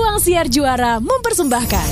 Ruang Siar Juara mempersembahkan.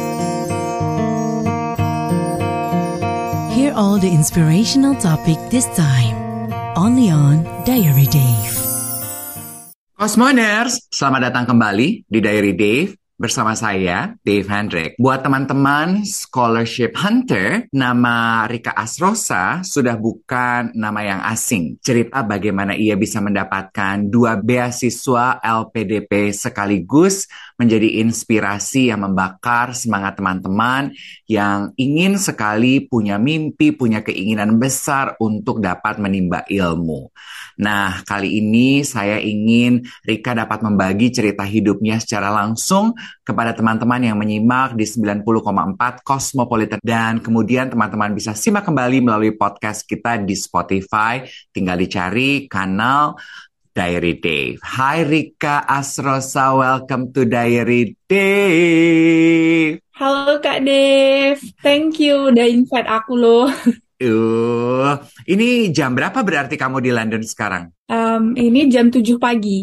Hear all the inspirational topic this time, only on Diary Dave. Cosmoners, selamat datang kembali di Diary Dave bersama saya, Dave Hendrik. Buat teman-teman Scholarship Hunter, nama Rika Asrosa sudah bukan nama yang asing. Cerita bagaimana ia bisa mendapatkan 2 beasiswa LPDP sekaligus menjadi inspirasi yang membakar semangat teman-teman yang ingin sekali punya mimpi, punya keinginan besar untuk dapat menimba ilmu. Nah, kali ini saya ingin Rika dapat membagi cerita hidupnya secara langsung kepada teman-teman yang menyimak di 90,4 Cosmopolitan. Dan kemudian teman-teman bisa simak kembali melalui podcast kita di Spotify. Tinggal dicari kanal Diary Dave. Hai Rika Asrosa, welcome to Diary Dave. Halo Kak Dave, thank you udah invite aku loh. Ini jam berapa berarti kamu di London sekarang? Ini jam 7 pagi.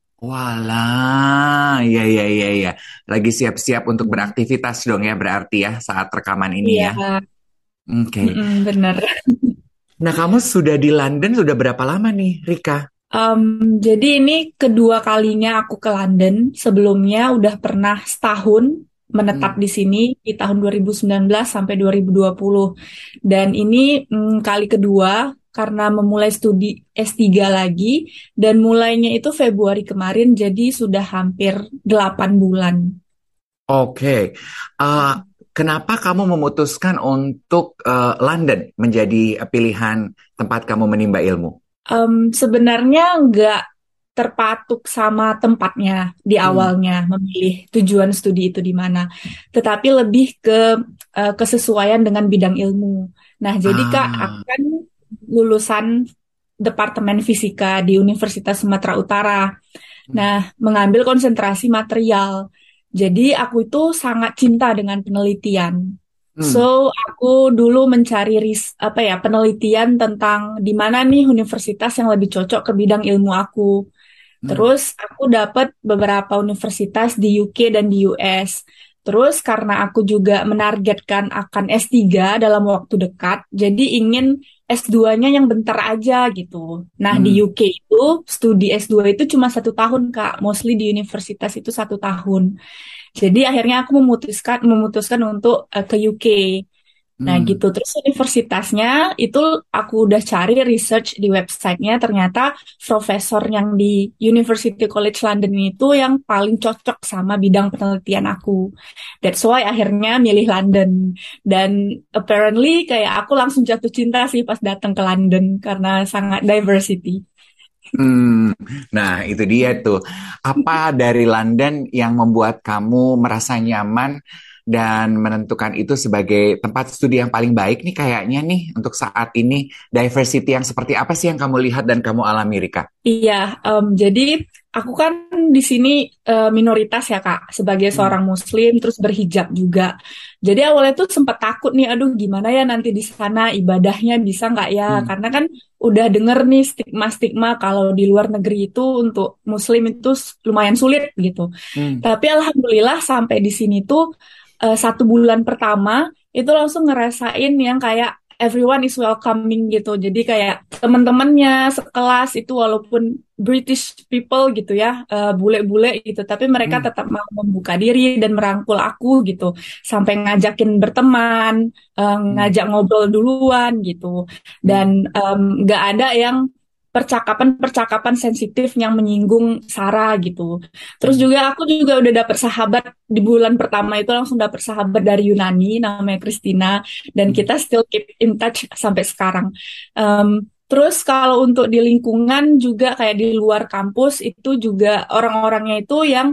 Walah, ya. Lagi siap-siap untuk beraktivitas dong ya berarti ya saat rekaman ini ya. Oke. Bener. Nah, kamu sudah di London sudah berapa lama nih, Rika? Jadi ini kedua kalinya aku ke London. Sebelumnya udah pernah setahun menetap di sini di tahun 2019 sampai 2020. Dan ini kali kedua karena memulai studi S3 lagi dan mulainya itu Februari kemarin, jadi sudah hampir 8 bulan. Oke. Kenapa kamu memutuskan untuk London menjadi pilihan tempat kamu menimba ilmu? Sebenarnya nggak terpatuk sama tempatnya di awalnya memilih tujuan studi itu di mana, tetapi lebih ke kesesuaian dengan bidang ilmu. Nah, jadi Kak, aku kan lulusan Departemen Fisika di Universitas Sumatera Utara. Nah, mengambil konsentrasi material. Jadi aku itu sangat cinta dengan penelitian. So, aku dulu mencari penelitian tentang di mana nih universitas yang lebih cocok ke bidang ilmu aku. Terus aku dapat beberapa universitas di UK dan di US. Terus karena aku juga menargetkan akan S3 dalam waktu dekat, jadi ingin S2-nya yang bentar aja gitu. Nah, di UK itu studi S2 itu cuma 1 tahun, Kak. Mostly di universitas itu 1 tahun. Jadi akhirnya aku memutuskan untuk ke UK. Nah gitu, terus universitasnya itu aku udah cari research di websitenya, ternyata profesor yang di University College London itu yang paling cocok sama bidang penelitian aku. That's why akhirnya milih London. Dan apparently kayak aku langsung jatuh cinta sih pas datang ke London karena sangat diversity. Nah itu dia tuh. Apa dari London yang membuat kamu merasa nyaman dan menentukan itu sebagai tempat studi yang paling baik nih kayaknya nih untuk saat ini? Diversity yang seperti apa sih yang kamu lihat dan kamu alami, Rika? Iya, jadi aku kan di sini minoritas ya Kak, sebagai seorang Muslim terus berhijab juga. Jadi awalnya tuh sempat takut nih, aduh gimana ya nanti di sana ibadahnya bisa nggak ya? Karena kan udah denger nih stigma-stigma kalau di luar negeri itu untuk Muslim itu lumayan sulit gitu. Tapi alhamdulillah sampai di sini tuh 1 bulan pertama itu langsung ngerasain yang kayak everyone is welcoming gitu. Jadi kayak teman-temannya sekelas itu walaupun British people gitu ya, bule-bule gitu, tapi mereka tetap mau membuka diri dan merangkul aku gitu. Sampai ngajakin berteman, ngajak ngobrol duluan gitu. Dan nggak ada yang percakapan-percakapan sensitif yang menyinggung Sarah gitu. Terus juga aku juga udah dapet sahabat di bulan pertama itu, langsung dapet sahabat dari Yunani namanya Christina, dan kita still keep in touch sampai sekarang. Terus kalau untuk di lingkungan juga kayak di luar kampus itu juga orang-orangnya itu yang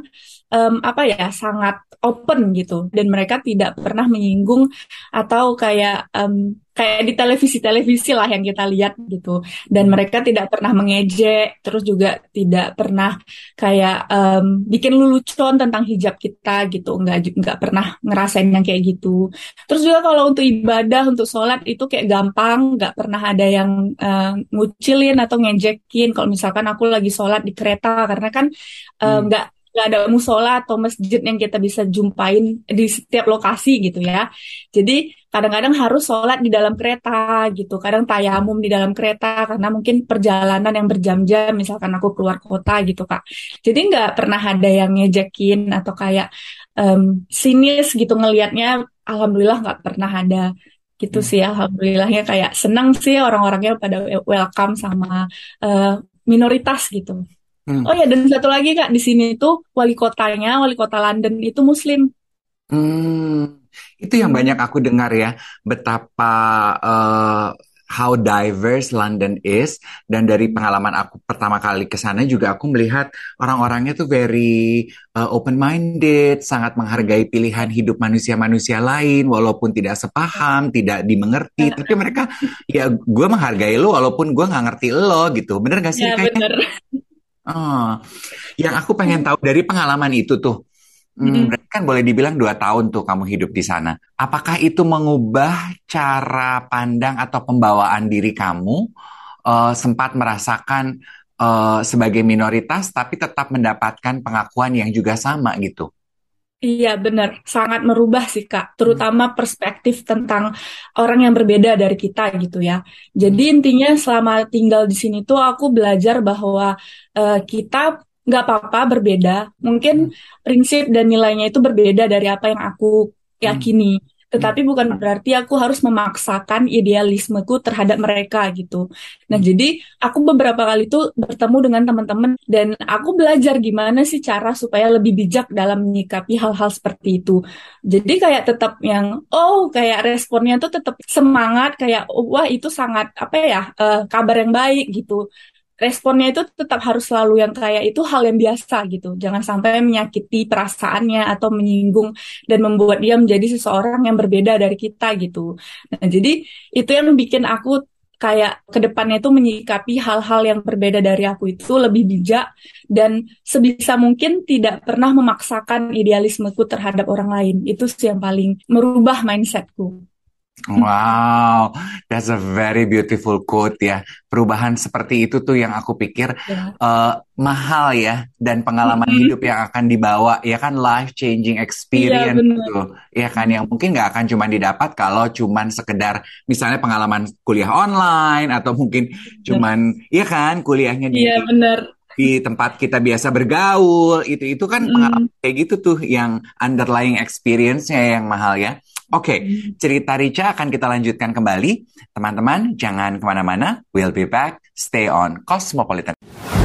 sangat open gitu, dan mereka tidak pernah menyinggung atau kayak di televisi-televisi lah yang kita lihat gitu, dan mereka tidak pernah mengejek, terus juga tidak pernah kayak bikin lelucon tentang hijab kita gitu, nggak pernah ngerasain yang kayak gitu. Terus juga kalau untuk ibadah, untuk sholat itu kayak gampang, nggak pernah ada yang ngucilin atau ngejekin kalau misalkan aku lagi sholat di kereta, karena kan nggak nggak ada musola atau masjid yang kita bisa jumpain di setiap lokasi gitu ya. Jadi kadang-kadang harus sholat di dalam kereta gitu. Kadang tayamum di dalam kereta karena mungkin perjalanan yang berjam-jam, misalkan aku keluar kota gitu Kak. Jadi nggak pernah ada yang ngejekin atau kayak sinis gitu ngelihatnya. Alhamdulillah nggak pernah ada gitu Hmm. sih. Alhamdulillahnya kayak senang sih orang-orangnya pada welcome sama minoritas gitu. Hmm. Oh ya, dan satu lagi Kak, di sini tuh wali kota London itu Muslim. Hmm, itu yang banyak aku dengar ya, betapa eh, how diverse London is. Dan dari pengalaman aku pertama kali ke sana juga aku melihat orang-orangnya tuh very open-minded, sangat menghargai pilihan hidup manusia-manusia lain, walaupun tidak sepaham, tidak dimengerti. Ya, Tapi mereka, ya gue menghargai lo walaupun gue nggak ngerti lo gitu. Bener gak sih? ya Kayaknya. bener. Oh, yang aku pengen tahu dari pengalaman itu tuh. Mm. Berarti kan boleh dibilang 2 tahun tuh kamu hidup di sana. Apakah itu mengubah cara pandang atau pembawaan diri kamu, sempat merasakan sebagai minoritas tapi tetap mendapatkan pengakuan yang juga sama gitu? Iya bener, sangat merubah sih Kak, terutama perspektif tentang orang yang berbeda dari kita gitu ya. Jadi intinya selama tinggal di sini tuh aku belajar bahwa kita nggak apa-apa berbeda. Mungkin prinsip dan nilainya itu berbeda dari apa yang aku Hmm. yakini. Hmm. Tetapi bukan berarti aku harus memaksakan idealismeku terhadap mereka gitu. Nah, jadi aku beberapa kali tuh bertemu dengan teman-teman dan aku belajar gimana sih cara supaya lebih bijak dalam menyikapi hal-hal seperti itu. Jadi kayak tetap yang kayak responnya tuh tetap semangat kayak wah itu sangat apa ya kabar yang baik gitu. Responnya itu tetap harus selalu yang kayak itu hal yang biasa gitu. Jangan sampai menyakiti perasaannya atau menyinggung dan membuat dia menjadi seseorang yang berbeda dari kita gitu. Nah, jadi itu yang bikin aku kayak ke depannya itu menyikapi hal-hal yang berbeda dari aku itu lebih bijak dan sebisa mungkin tidak pernah memaksakan idealismeku terhadap orang lain. Itu sih yang paling merubah mindsetku. Wow, that's a very beautiful quote ya. Perubahan seperti itu tuh yang aku pikir Ya. mahal ya, dan pengalaman Mm-mm. hidup yang akan dibawa ya kan, life changing Iya experience benar. gitu. Ya kan, yang mungkin nggak akan cuma didapat kalau cuman sekedar misalnya pengalaman kuliah online, atau mungkin cuman ya kan kuliahnya Iya benar. di tempat kita biasa bergaul. Itu kan Mm-mm. pengalaman kayak gitu tuh yang underlying experience-nya yang mahal ya. Oke, cerita Rica akan kita lanjutkan kembali. Teman-teman, jangan kemana-mana. We'll be back. Stay on Cosmopolitan.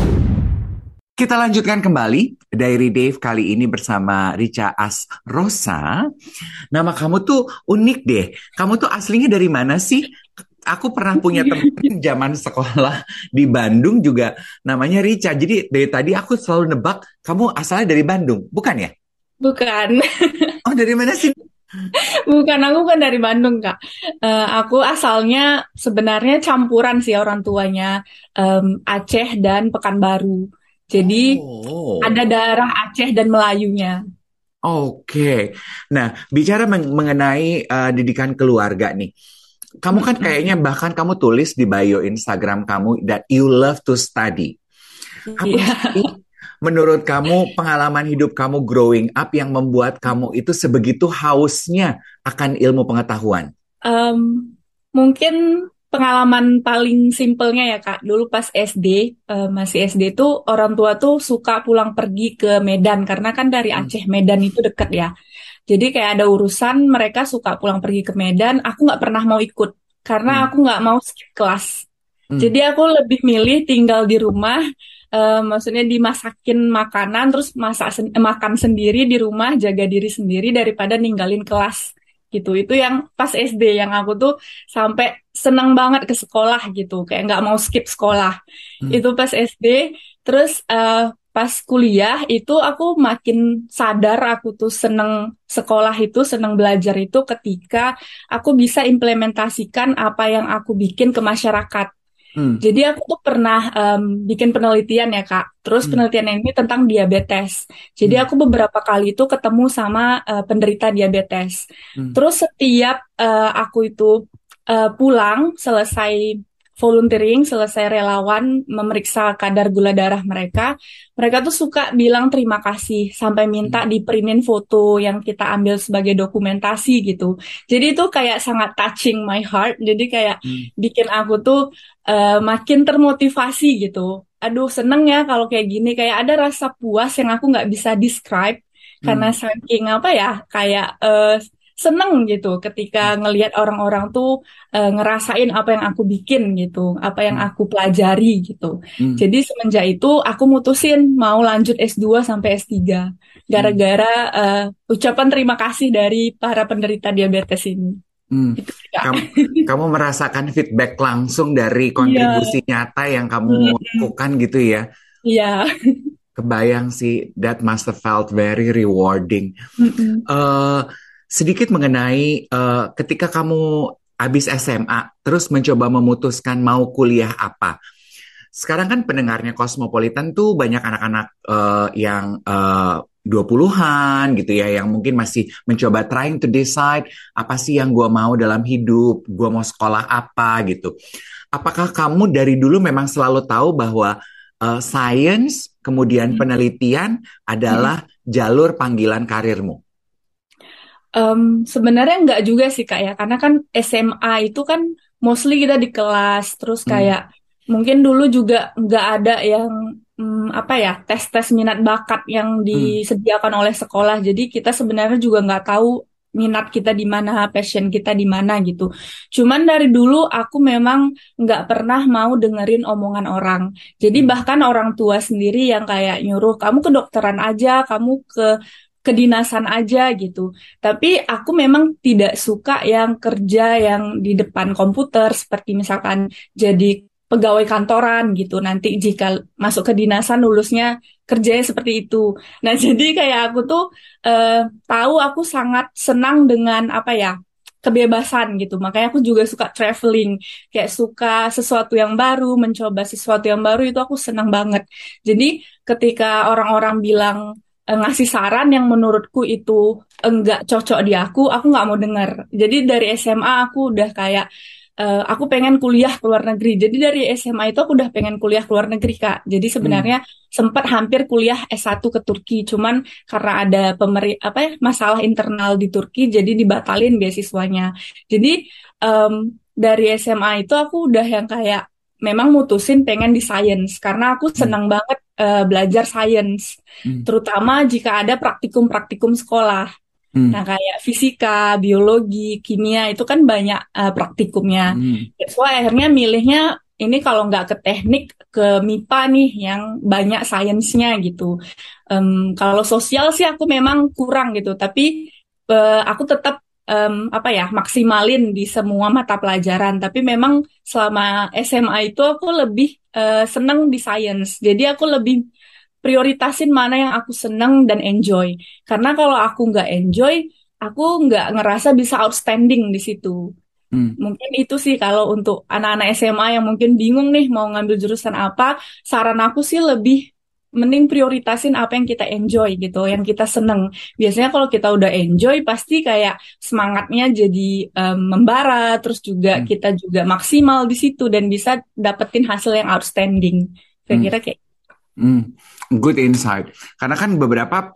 Kita lanjutkan kembali Diary Dave kali ini bersama Rica Asrosa. Nama kamu tuh unik deh. Kamu tuh aslinya dari mana sih? Aku pernah punya teman zaman sekolah di Bandung juga namanya Rica. Jadi dari tadi aku selalu nebak kamu asalnya dari Bandung, bukan ya? Bukan. Oh, dari mana sih? Bukan, aku kan dari Bandung, Kak. Aku asalnya sebenarnya campuran sih orang tuanya Aceh dan Pekanbaru. Jadi ada Oh, darah Aceh dan Melayunya. oke. Nah, bicara mengenai didikan keluarga nih. Kamu kan Mm-mm. kayaknya bahkan kamu tulis di bio Instagram kamu that you love to study. Apa Iya. sih menurut kamu pengalaman hidup kamu growing up yang membuat kamu itu sebegitu hausnya akan ilmu pengetahuan? Em, Mungkin pengalaman paling simpelnya ya Kak, dulu pas SD, masih SD tuh orang tua tuh suka pulang pergi ke Medan karena kan dari Hmm. Aceh Medan itu deket ya. Jadi kayak ada urusan mereka suka pulang pergi ke Medan, aku nggak pernah mau ikut karena Hmm. aku nggak mau skip kelas. Hmm. Jadi aku lebih milih tinggal di rumah, maksudnya dimasakin makanan terus makan sendiri di rumah, jaga diri sendiri daripada ninggalin kelas gitu. Itu yang pas SD yang aku tuh sampai seneng banget ke sekolah gitu, kayak nggak mau skip sekolah. Hmm. Itu pas SD, terus pas kuliah itu aku makin sadar aku tuh seneng sekolah itu, seneng belajar itu ketika aku bisa implementasikan apa yang aku bikin ke masyarakat. Hmm. Jadi aku tuh pernah bikin penelitian ya Kak. Terus Hmm. penelitian ini tentang diabetes. Jadi Hmm. aku beberapa kali itu ketemu sama penderita diabetes. Hmm. Terus setiap aku itu pulang selesai volunteering, selesai relawan memeriksa kadar gula darah mereka, mereka tuh suka bilang terima kasih sampai minta diprintin foto yang kita ambil sebagai dokumentasi gitu. Jadi itu kayak sangat touching my heart. Jadi kayak bikin aku tuh makin termotivasi gitu. Aduh, seneng ya kalau kayak gini. Kayak ada rasa puas yang aku nggak bisa describe karena saking apa ya, kayak seneng gitu ketika ngelihat orang-orang tuh ngerasain apa yang aku bikin gitu, apa yang aku pelajari gitu. Jadi semenjak itu aku mutusin mau lanjut S2 sampai S3 gara-gara ucapan terima kasih dari para penderita diabetes ini. Itu sih, Kak. Kamu merasakan feedback langsung dari Iya, kontribusi nyata yang kamu lakukan gitu ya. iya. Kebayang sih, that must have felt very rewarding. Mm-mm. Eh, Sedikit mengenai ketika kamu habis SMA, terus mencoba memutuskan mau kuliah apa. Sekarang kan pendengarnya Cosmopolitan tuh banyak anak-anak yang 20-an gitu ya, yang mungkin masih mencoba trying to decide apa sih yang gue mau dalam hidup, gue mau sekolah apa gitu. Apakah kamu dari dulu memang selalu tahu bahwa science, kemudian penelitian adalah jalur panggilan karirmu? Sebenarnya nggak juga sih Kak ya, karena kan SMA itu kan mostly kita di kelas, terus Hmm, kayak mungkin dulu juga nggak ada yang apa ya, tes-tes minat bakat yang hmm, disediakan oleh sekolah. Jadi kita sebenarnya juga nggak tahu minat kita di mana, passion kita di mana gitu. Cuman dari dulu aku memang nggak pernah mau dengerin omongan orang. Jadi hmm, bahkan orang tua sendiri yang kayak nyuruh kamu ke dokteran aja, kamu ke kedinasan aja gitu. Tapi aku memang tidak suka yang kerja yang di depan komputer, seperti misalkan jadi pegawai kantoran gitu. Nanti jika masuk ke dinasan lulusnya kerjanya seperti itu. Nah, jadi kayak aku tuh eh, tahu aku sangat senang dengan apa ya, kebebasan gitu. Makanya aku juga suka traveling, kayak suka sesuatu yang baru, mencoba sesuatu yang baru itu aku senang banget. Jadi ketika orang-orang bilang ngasih saran yang menurutku itu enggak cocok di aku nggak mau denger. Jadi dari SMA aku udah kayak aku pengen kuliah ke luar negeri. Jadi dari SMA itu aku udah pengen kuliah ke luar negeri, Kak. Jadi hmm, sebenarnya sempat hampir kuliah S1 ke Turki, cuman karena ada apa ya, masalah internal di Turki jadi dibatalin beasiswanya. Jadi em, dari SMA itu aku udah yang kayak memang mutusin pengen di science karena aku hmm, senang banget belajar science, hmm, terutama jika ada praktikum-praktikum sekolah. hmm, Nah, kayak fisika, biologi, kimia itu kan banyak praktikumnya. hmm, That's why akhirnya milihnya ini kalau nggak ke teknik, ke MIPA nih yang banyak sainsnya gitu. Kalau sosial sih aku memang kurang gitu, tapi aku tetap apa ya, maksimalin di semua mata pelajaran. Tapi memang selama SMA itu aku lebih seneng di science. Jadi aku lebih prioritasin mana yang aku seneng dan enjoy. Karena kalau aku nggak enjoy, aku nggak ngerasa bisa outstanding di situ. hmm. Mungkin itu sih kalau untuk anak-anak SMA yang mungkin bingung nih mau ngambil jurusan apa, saran aku sih lebih mending prioritasin apa yang kita enjoy gitu, yang kita seneng. Biasanya kalau kita udah enjoy, pasti kayak semangatnya jadi membara, terus juga Hmm, kita juga maksimal di situ dan bisa dapetin hasil yang outstanding. hmm, Kira-kira kayak. hmm. Good insight. Karena kan beberapa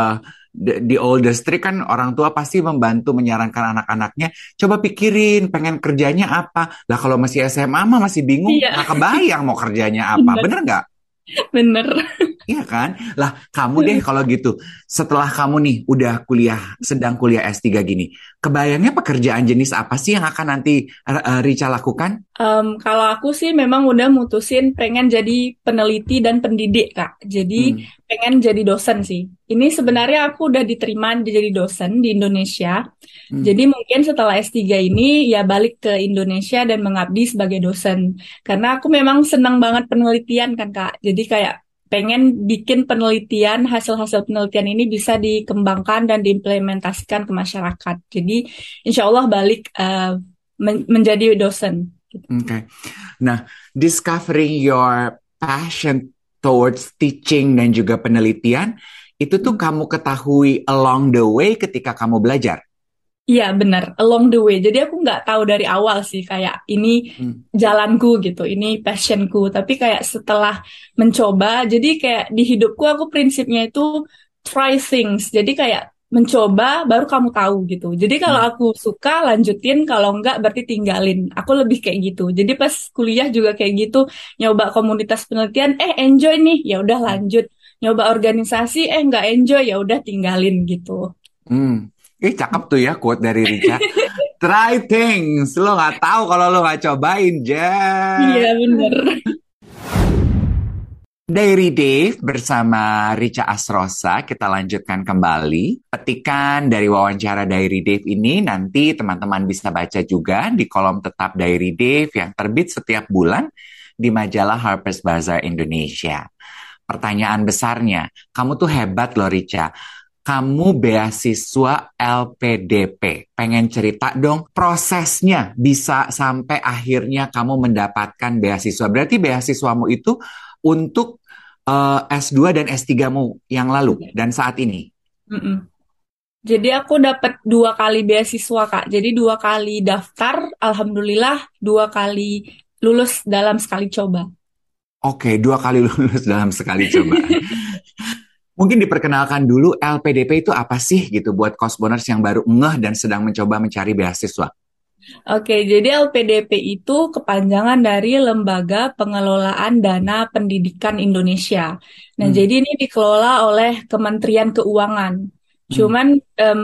di older street kan orang tua pasti membantu menyarankan anak-anaknya, coba pikirin pengen kerjanya apa. Lah kalau masih SMA mah masih bingung, Iya, nggak kebayang mau kerjanya apa. bener, Bener nggak? bener. Iya kan? Lah, kamu deh kalau gitu, setelah kamu nih udah kuliah, sedang kuliah S3 gini, kebayangnya pekerjaan jenis apa sih yang akan nanti Rica lakukan? Kalau aku sih memang udah mutusin pengen jadi peneliti dan pendidik, Kak. Jadi Hmm, pengen jadi dosen sih. Ini sebenarnya aku udah diterima jadi dosen di Indonesia. hmm, Jadi mungkin setelah S3 ini ya balik ke Indonesia dan mengabdi sebagai dosen. Karena aku memang senang banget penelitian kan, Kak. Jadi kayak pengen bikin penelitian, hasil-hasil penelitian ini bisa dikembangkan dan diimplementasikan ke masyarakat. Jadi insya Allah balik menjadi dosen. oke. Nah, discovering your passion towards teaching dan juga penelitian, itu tuh kamu ketahui along the way ketika kamu belajar. Iya benar, along the way. Jadi aku nggak tahu dari awal sih kayak ini Hmm. jalanku gitu, ini passionku. Tapi kayak setelah mencoba, jadi kayak di hidupku aku prinsipnya itu try things. Jadi kayak mencoba baru kamu tahu gitu. Jadi kalau Hmm. aku suka lanjutin, kalau enggak berarti tinggalin. Aku lebih kayak gitu. Jadi pas kuliah juga kayak gitu, nyoba komunitas penelitian, enjoy nih, ya udah lanjut. Nyoba organisasi, nggak enjoy, ya udah tinggalin gitu. Hmm. Cakep tuh ya quote dari Rica. Try things. Lo nggak tahu kalau lo nggak cobain, Iya Jen. bener. Diary Dave bersama Rica Asrosa, kita lanjutkan kembali. Petikan dari wawancara Diary Dave ini nanti teman-teman bisa baca juga di kolom tetap Diary Dave yang terbit setiap bulan di majalah Harper's Bazaar Indonesia. Pertanyaan besarnya, kamu tuh hebat loh Rica. Kamu beasiswa LPDP. Pengen cerita dong prosesnya bisa sampai akhirnya kamu mendapatkan beasiswa. Berarti beasiswamu itu untuk S2 dan S3-mu yang lalu dan saat ini. Mm-mm. Jadi aku dapat 2 kali beasiswa Kak. Jadi 2 kali daftar, alhamdulillah 2 kali lulus dalam sekali coba. Oke, 2 kali lulus dalam sekali coba. Mungkin diperkenalkan dulu LPDP itu apa sih gitu buat Cosboners yang baru ngeh dan sedang mencoba mencari beasiswa. Oke, jadi LPDP itu kepanjangan dari Lembaga Pengelolaan Dana Pendidikan Indonesia. Nah, Hmm, jadi ini dikelola oleh Kementerian Keuangan. hmm, Cuman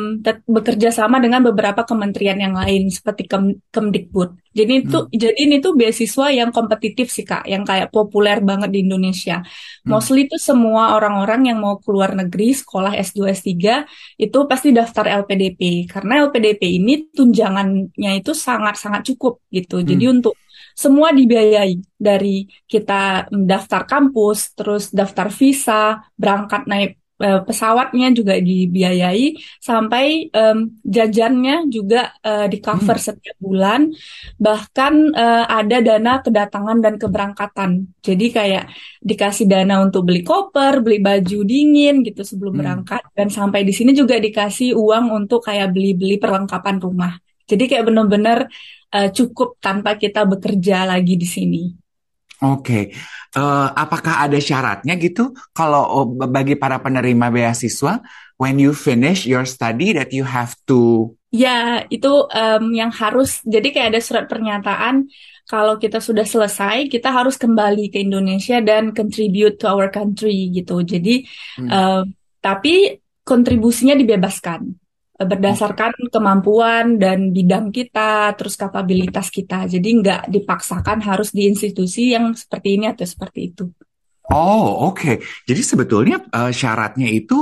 bekerja sama dengan beberapa kementerian yang lain seperti Kemdikbud. hmm, Jadi ini tuh beasiswa yang kompetitif sih Kak, yang kayak populer banget di Indonesia. hmm, Mostly itu semua orang-orang yang mau keluar negeri, sekolah S2, S3 itu pasti daftar LPDP karena LPDP ini tunjangannya itu sangat-sangat cukup gitu. Jadi hmm, untuk semua dibiayai dari kita daftar kampus, terus daftar visa, berangkat naik pesawatnya juga dibiayai, sampai jajannya juga di cover hmm, setiap bulan. Bahkan ada dana kedatangan dan keberangkatan. Jadi kayak dikasih dana untuk beli koper, beli baju dingin gitu sebelum hmm. berangkat. Dan sampai di sini juga dikasih uang untuk kayak beli-beli perlengkapan rumah. Jadi kayak benar-benar cukup tanpa kita bekerja lagi di sini. Oke, apakah ada syaratnya gitu? Kalau bagi para penerima beasiswa, when you finish your study that you have to. Ya, itu yang harus, jadi kayak ada surat pernyataan kalau kita sudah selesai, kita harus kembali ke Indonesia dan contribute to our country gitu. Jadi, Hmm, em, tapi kontribusinya dibebaskan oke. berdasarkan kemampuan dan bidang kita, terus kapabilitas kita. Jadi nggak dipaksakan harus di institusi yang seperti ini atau seperti itu. Oh, oke. Jadi sebetulnya syaratnya itu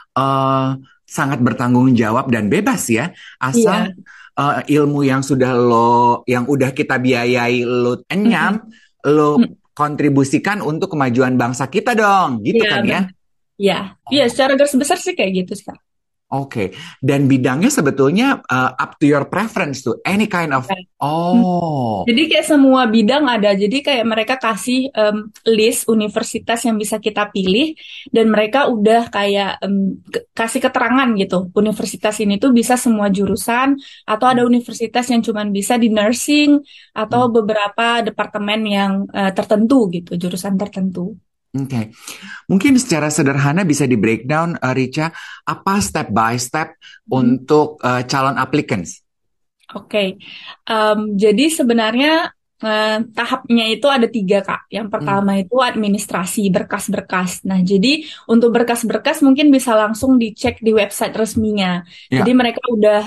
eh, sangat bertanggung jawab dan bebas ya, asal Iya. ilmu yang sudah yang udah kita biayai lo Mm-mm. enyam, lo Mm. kontribusikan untuk kemajuan bangsa kita dong, gitu Iya, kan ya? benar. Iya, iya, secara garis besar sih kayak gitu sih, Kak. Oke, dan bidangnya sebetulnya up to your preference tuh, any kind of. Hmm. Oh, Jadi kayak semua bidang ada. Jadi kayak mereka kasih list universitas yang bisa kita pilih dan mereka udah kayak kasih keterangan gitu. Universitas ini tuh bisa semua jurusan atau ada hmm, universitas yang cuman bisa di nursing atau hmm, beberapa departemen yang tertentu gitu, jurusan tertentu. oke. Mungkin secara sederhana bisa di breakdown, Rica, apa step by step Hmm. untuk calon applicants? Oke, jadi sebenarnya tahapnya itu ada 3, Kak. Yang Hmm, pertama itu administrasi, berkas-berkas. Nah, jadi untuk berkas-berkas mungkin bisa langsung dicek di website resminya. Jadi ya. mereka udah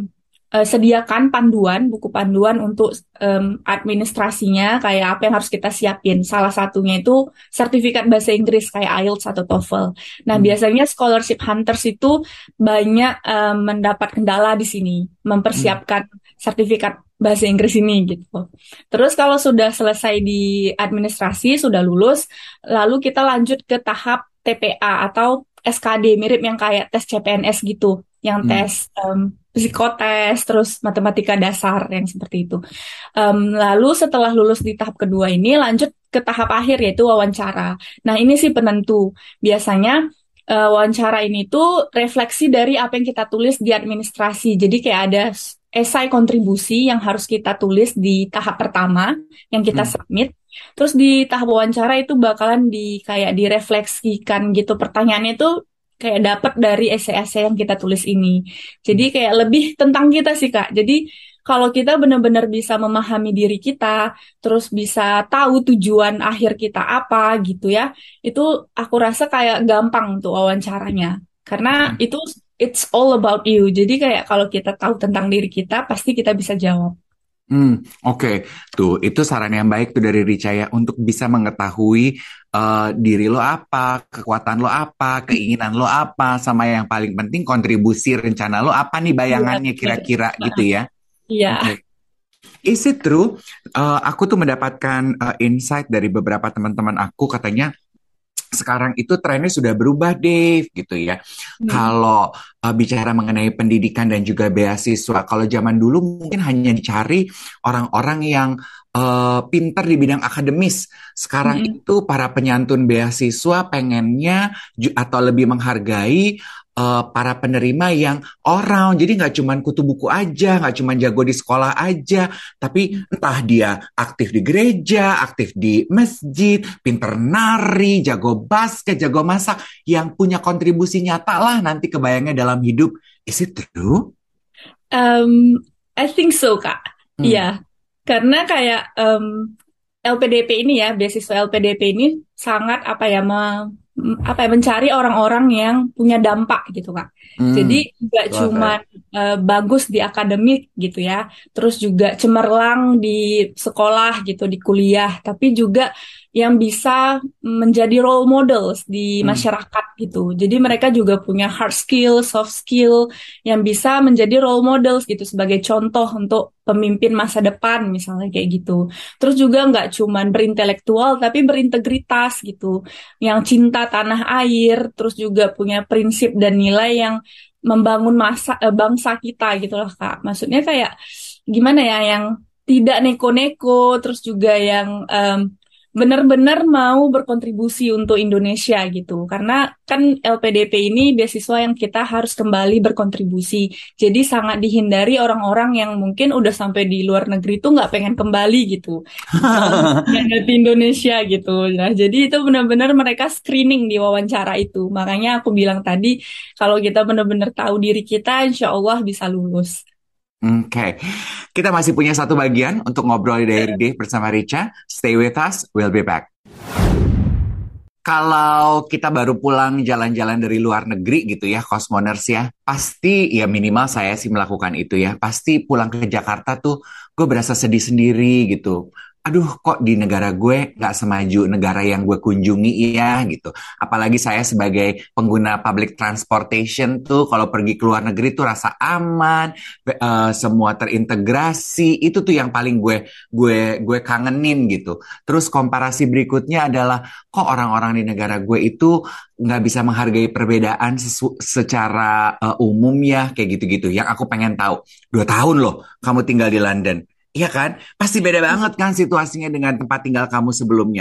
sediakan panduan, buku panduan untuk administrasinya, kayak apa yang harus kita siapin. Salah satunya itu sertifikat bahasa Inggris kayak IELTS atau TOEFL. Nah, Hmm, biasanya scholarship hunters itu banyak mendapat kendala di sini, hmm, mempersiapkan sertifikat bahasa Inggris ini gitu. Terus kalau sudah selesai di administrasi, sudah lulus, lalu kita lanjut ke tahap TPA atau SKD, mirip yang kayak tes CPNS gitu, yang hmm, tes psikotes, terus matematika dasar yang seperti itu. Lalu setelah lulus di tahap kedua ini, lanjut ke tahap akhir yaitu wawancara. Nah, ini sih penentu. Biasanya wawancara ini tuh refleksi dari apa yang kita tulis di administrasi. Jadi kayak ada esai kontribusi yang harus kita tulis di tahap pertama yang kita submit. Terus di tahap wawancara itu bakalan kayak direfleksikan gitu pertanyaannya itu kayak dapat dari esai-esai yang kita tulis ini. Jadi kayak lebih tentang kita sih Kak. Jadi kalau kita benar-benar bisa memahami diri kita, terus bisa tahu tujuan akhir kita apa gitu ya, itu aku rasa kayak gampang untuk wawancaranya. Karena itu it's all about you. Jadi kayak kalau kita tahu tentang diri kita, pasti kita bisa jawab. Oke. Tuh, itu saran yang baik tuh dari Richa ya, untuk bisa mengetahui diri lo apa, kekuatan lo apa, keinginan lo apa, sama yang paling penting kontribusi rencana lo apa nih bayangannya kira-kira gitu ya. Iya. Oke. Is it true? Aku tuh mendapatkan insight dari beberapa teman-teman aku, katanya sekarang itu trennya sudah berubah, Dave, gitu ya. Kalau bicara mengenai pendidikan dan juga beasiswa, kalau zaman dulu mungkin hanya dicari orang-orang yang pintar di bidang akademis. Sekarang itu para penyantun beasiswa pengennya atau lebih menghargai para penerima yang all-round. Jadi nggak cuma kutu buku aja, nggak cuma jago di sekolah aja, tapi entah dia aktif di gereja, aktif di masjid, pinter nari, jago basket, jago masak, yang punya kontribusi nyata lah nanti kebayangnya dalam hidup. Is it true? I think so, Kak. Iya, karena kayak LPDP ini ya, beasiswa LPDP ini sangat mencari orang-orang yang punya dampak gitu Kak. Jadi nggak cuma bagus di akademik gitu ya, terus juga cemerlang di sekolah gitu, di kuliah, tapi juga yang bisa menjadi role models di masyarakat gitu. Jadi mereka juga punya hard skill, soft skill yang bisa menjadi role models gitu sebagai contoh untuk pemimpin masa depan misalnya kayak gitu. Terus juga nggak cuman berintelektual tapi berintegritas gitu, yang cinta tanah air, terus juga punya prinsip dan nilai yang membangun bangsa kita gitu lah Kak. Maksudnya kayak gimana ya, yang tidak neko-neko, terus juga yang benar-benar mau berkontribusi untuk Indonesia gitu. Karena kan LPDP ini beasiswa yang kita harus kembali berkontribusi. Jadi sangat dihindari orang-orang yang mungkin udah sampai di luar negeri tuh nggak pengen kembali gitu. Yang di Indonesia gitu. Nah, jadi itu benar-benar mereka screening di wawancara itu. Makanya aku bilang tadi, kalau kita benar-benar tahu diri kita, insya Allah bisa lulus. Oke, kita masih punya satu bagian untuk ngobrol di Diary Dave bersama Richa. Stay with us, we'll be back. Kalau kita baru pulang jalan-jalan dari luar negeri gitu ya, Cosmoners ya, pasti ya minimal saya sih melakukan itu ya. Pasti pulang ke Jakarta tuh gue berasa sedih sendiri gitu. Aduh, kok di negara gue nggak semaju negara yang gue kunjungi ya gitu. Apalagi saya sebagai pengguna public transportation tuh kalau pergi ke luar negeri tuh rasa aman, semua terintegrasi. Itu tuh yang paling gue kangenin gitu. Terus komparasi berikutnya adalah kok orang-orang di negara gue itu nggak bisa menghargai perbedaan secara umum ya, kayak gitu-gitu. Yang aku pengen tahu, 2 tahun loh kamu tinggal di London. Iya kan? Pasti beda banget kan situasinya dengan tempat tinggal kamu sebelumnya.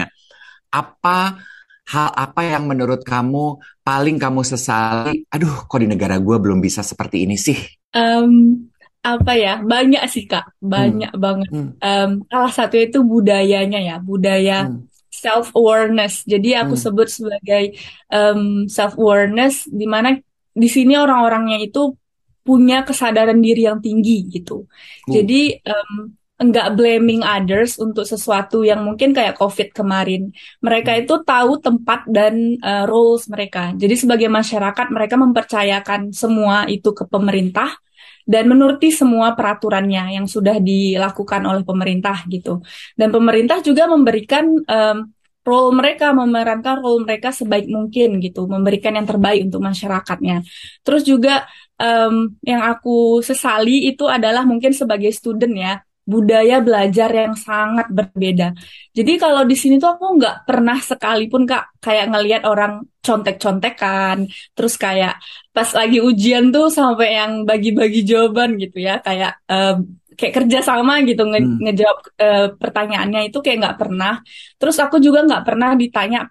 Hal apa yang menurut kamu paling kamu sesali? Aduh, kok di negara gue belum bisa seperti ini sih? Apa ya? Banyak sih Kak, banyak banget. Salah satu itu budayanya ya, budaya self-awareness. Jadi aku sebut sebagai self-awareness, di mana di sini orang-orangnya itu punya kesadaran diri yang tinggi gitu. Jadi enggak blaming others untuk sesuatu yang mungkin kayak COVID kemarin. Mereka itu tahu tempat dan roles mereka. Jadi sebagai masyarakat mereka mempercayakan semua itu ke pemerintah dan menuruti semua peraturannya yang sudah dilakukan oleh pemerintah gitu. Dan pemerintah juga memberikan memerankan role mereka sebaik mungkin gitu, memberikan yang terbaik untuk masyarakatnya. Terus juga yang aku sesali itu adalah mungkin sebagai student ya, budaya belajar yang sangat berbeda. Jadi kalau di sini tuh aku nggak pernah sekalipun Kak kayak ngelihat orang contek-contekan, terus kayak pas lagi ujian tuh sampai yang bagi-bagi jawaban gitu ya, kayak kerja sama gitu ngejawab pertanyaannya itu kayak nggak pernah. Terus aku juga nggak pernah ditanya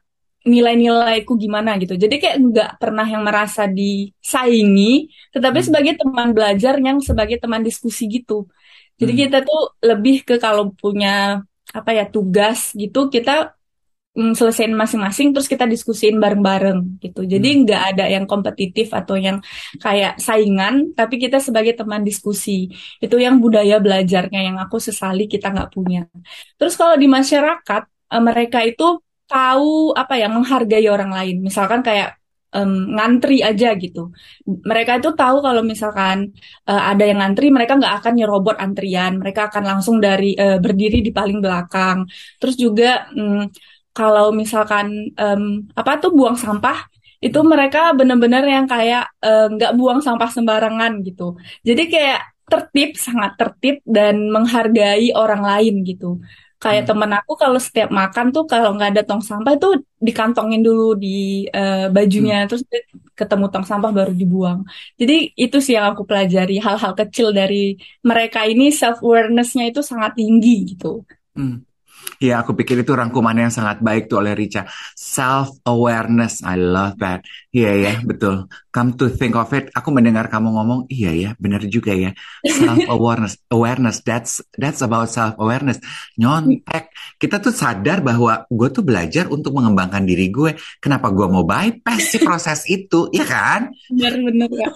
nilai-nilaiku gimana gitu. Jadi kayak nggak pernah yang merasa disaingi, tetapi Hmm. sebagai teman belajar yang sebagai teman diskusi gitu. Jadi Hmm. kita tuh lebih ke kalau punya apa ya tugas gitu kita selesaiin masing-masing terus kita diskusiin bareng-bareng gitu. Jadi Hmm. nggak ada yang kompetitif atau yang kayak saingan, tapi kita sebagai teman diskusi. Itu yang budaya belajarnya yang aku sesali kita nggak punya. Terus kalau di masyarakat, mereka itu tahu apa ya menghargai orang lain. Misalkan kayak ngantri aja gitu. Mereka itu tahu kalau misalkan ada yang ngantri, mereka nggak akan nyerobot antrian. Mereka akan langsung dari berdiri di paling belakang. Terus juga kalau misalkan apa tuh buang sampah itu mereka benar-benar yang kayak nggak buang sampah sembarangan gitu. Jadi kayak tertib, sangat tertib dan menghargai orang lain gitu. Kayak Hmm. temen aku kalau setiap makan tuh kalau nggak ada tong sampah itu dikantongin dulu di bajunya, Hmm. terus ketemu tong sampah baru dibuang. Jadi itu sih yang aku pelajari hal-hal kecil dari mereka ini self awareness-nya itu sangat tinggi gitu. Hmm. Ya, aku pikir itu rangkuman yang sangat baik tuh oleh Rica. Self-awareness, I love that. Iya ya, betul. Come to think of it, aku mendengar kamu ngomong, iya ya, benar juga ya. Self-awareness, awareness, that's about self-awareness. Nyontek, kita tuh sadar bahwa gue tuh belajar untuk mengembangkan diri gue. Kenapa gue mau bypass sih proses itu, ya kan? Bener-bener ya.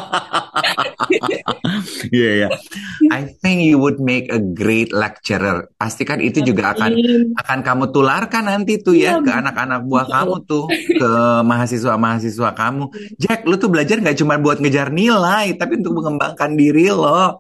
Iya ya. I think you would make a great lecturer. Pastikan itu juga Amin. akan kamu tularkan nanti tuh Iya, ya ke anak-anak buah insya kamu Allah. tuh, ke mahasiswa-mahasiswa kamu. Jack, lu tuh belajar nggak cuma buat ngejar nilai, tapi untuk mengembangkan diri lo.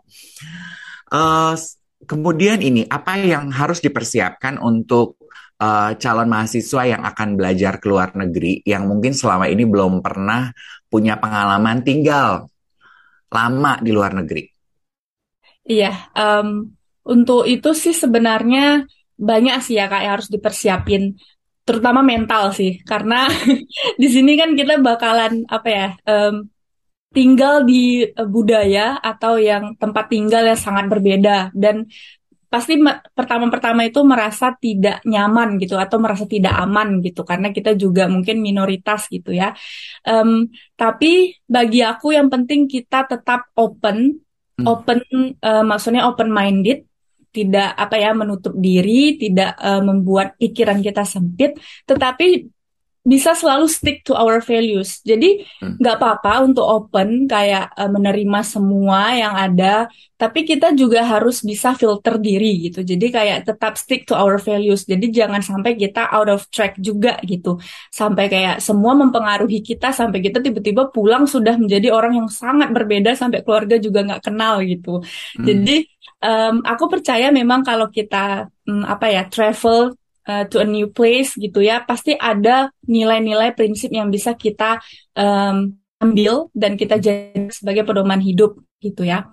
Kemudian ini, apa yang harus dipersiapkan untuk calon mahasiswa yang akan belajar ke luar negeri, yang mungkin selama ini belum pernah punya pengalaman tinggal lama di luar negeri? Iya, untuk itu sih sebenarnya banyak sih ya Kak yang harus dipersiapin, terutama mental sih, karena di sini kan kita bakalan apa ya, tinggal di budaya atau yang tempat tinggal yang sangat berbeda dan pasti pertama-pertama itu merasa tidak nyaman gitu atau merasa tidak aman gitu karena kita juga mungkin minoritas gitu ya. Em, tapi bagi aku yang penting kita tetap open, Hmm. open maksudnya open minded, tidak apa ya menutup diri, tidak membuat pikiran kita sempit, tetapi bisa selalu stick to our values. Jadi Hmm. nggak apa-apa untuk open kayak menerima semua yang ada, tapi kita juga harus bisa filter diri gitu. Jadi kayak tetap stick to our values. Jadi jangan sampai kita out of track juga gitu. Sampai kayak semua mempengaruhi kita sampai kita tiba-tiba pulang sudah menjadi orang yang sangat berbeda sampai keluarga juga nggak kenal gitu. Hmm. Jadi aku percaya memang kalau kita apa ya travel to a new place gitu ya, pasti ada nilai-nilai prinsip yang bisa kita ambil dan kita jadi sebagai pedoman hidup gitu ya.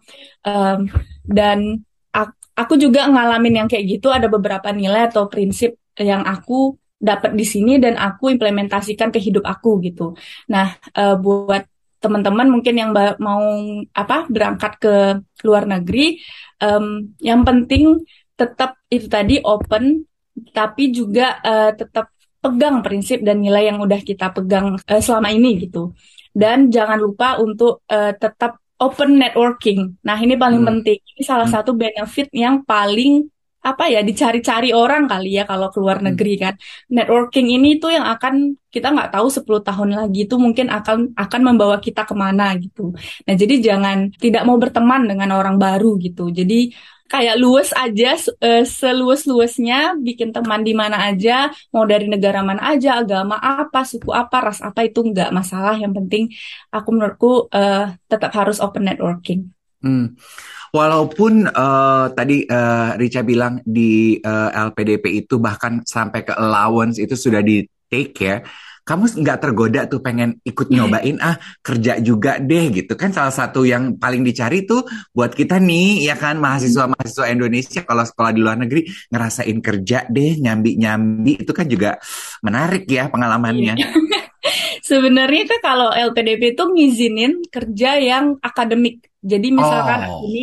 Dan aku juga ngalamin yang kayak gitu, ada beberapa nilai atau prinsip yang aku dapat di sini dan aku implementasikan ke hidup aku gitu. Nah, buat teman-teman mungkin yang mau apa berangkat ke luar negeri, yang penting tetap itu tadi open tapi juga tetap pegang prinsip dan nilai yang udah kita pegang selama ini gitu. Dan jangan lupa untuk tetap open networking. Nah, ini paling Hmm. penting. Ini salah Hmm. satu benefit yang paling apa ya dicari-cari orang kali ya kalau keluar Hmm. negeri kan. Networking ini tuh yang akan kita nggak tahu 10 tahun lagi itu mungkin akan membawa kita kemana gitu. Nah, jadi jangan tidak mau berteman dengan orang baru gitu. Jadi kayak luas aja, seluas-luasnya, bikin teman di mana aja, mau dari negara mana aja, agama apa, suku apa, ras apa itu nggak masalah. Yang penting, menurutku tetap harus open networking. Hmm. Walaupun tadi Rica bilang di LPDP itu bahkan sampai ke allowance itu sudah di take ya, kamu nggak tergoda tuh pengen ikut nyobain kerja juga deh gitu kan, salah satu yang paling dicari tuh buat kita nih ya kan, mahasiswa-mahasiswa Indonesia kalau sekolah di luar negeri ngerasain kerja deh, nyambi-nyambi itu kan juga menarik ya pengalamannya. Sebenarnya kan kalau LPDP itu ngizinin kerja yang akademik. Jadi misalkan Oh. ini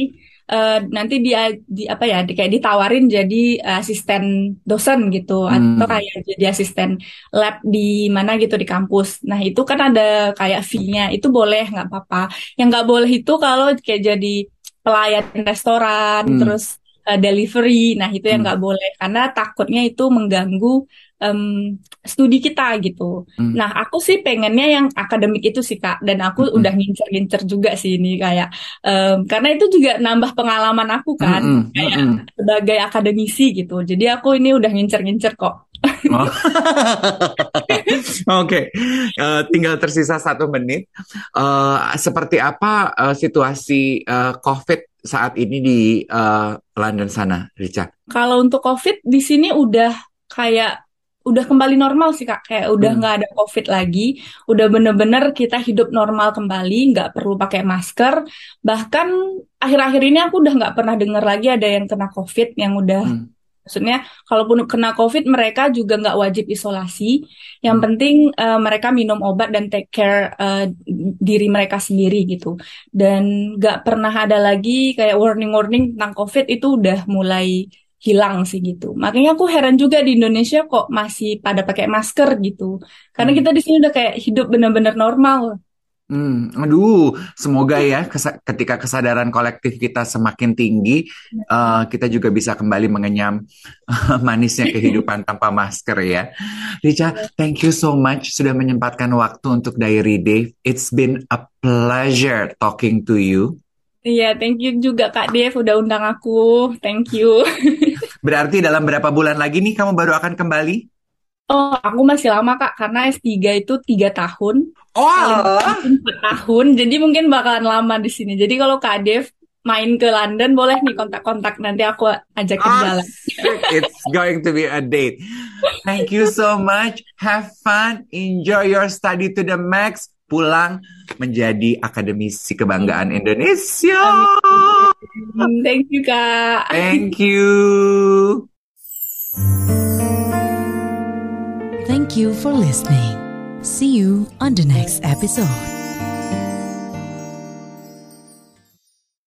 nanti dia kayak ditawarin jadi asisten dosen gitu atau kayak jadi asisten lab di mana gitu di kampus. Nah itu kan ada kayak fee-nya, itu boleh nggak apa-apa. Yang nggak boleh itu kalau kayak jadi pelayan restoran terus delivery. Nah itu yang nggak boleh karena takutnya itu mengganggu studi kita gitu. Nah aku sih pengennya yang akademik itu sih Kak, dan aku udah ngincer-ngincer juga sih ini kayak karena itu juga nambah pengalaman aku kan kayak sebagai akademisi gitu. Jadi aku ini udah ngincer-ngincer kok. Oh. Oke, tinggal tersisa 1 menit. Seperti apa situasi COVID saat ini di London sana, Rica? Kalau untuk COVID di sini udah kembali normal sih Kak, kayak udah nggak ada COVID lagi, udah bener-bener kita hidup normal kembali, nggak perlu pakai masker, bahkan akhir-akhir ini aku udah nggak pernah dengar lagi ada yang kena COVID yang udah, maksudnya kalaupun kena COVID mereka juga nggak wajib isolasi, yang penting mereka minum obat dan take care diri mereka sendiri gitu, dan nggak pernah ada lagi kayak warning-warning tentang COVID, itu udah mulai hilang sih gitu. Makanya aku heran juga di Indonesia kok masih pada pakai masker gitu. Karena kita di sini udah kayak hidup benar-benar normal. Aduh, semoga ya ketika kesadaran kolektif kita semakin tinggi, kita juga bisa kembali mengenyam manisnya kehidupan tanpa masker ya. Rica, thank you so much sudah menyempatkan waktu untuk Diary Dave. It's been a pleasure talking to you. Iya, thank you juga Kak Dev udah undang aku. Thank you. Berarti dalam berapa bulan lagi nih kamu baru akan kembali? Oh, aku masih lama Kak, karena S3 itu 3 tahun. Oh, 4 tahun, jadi mungkin bakalan lama di sini. Jadi kalau Kak Dev main ke London, boleh nih kontak-kontak, nanti aku ajakin jalan. It's going to be a date. Thank you so much. Have fun. Enjoy your study to the max. Pulang menjadi akademisi kebanggaan Indonesia. Thank you, Kak. Thank you. Thank you for listening. See you on the next episode.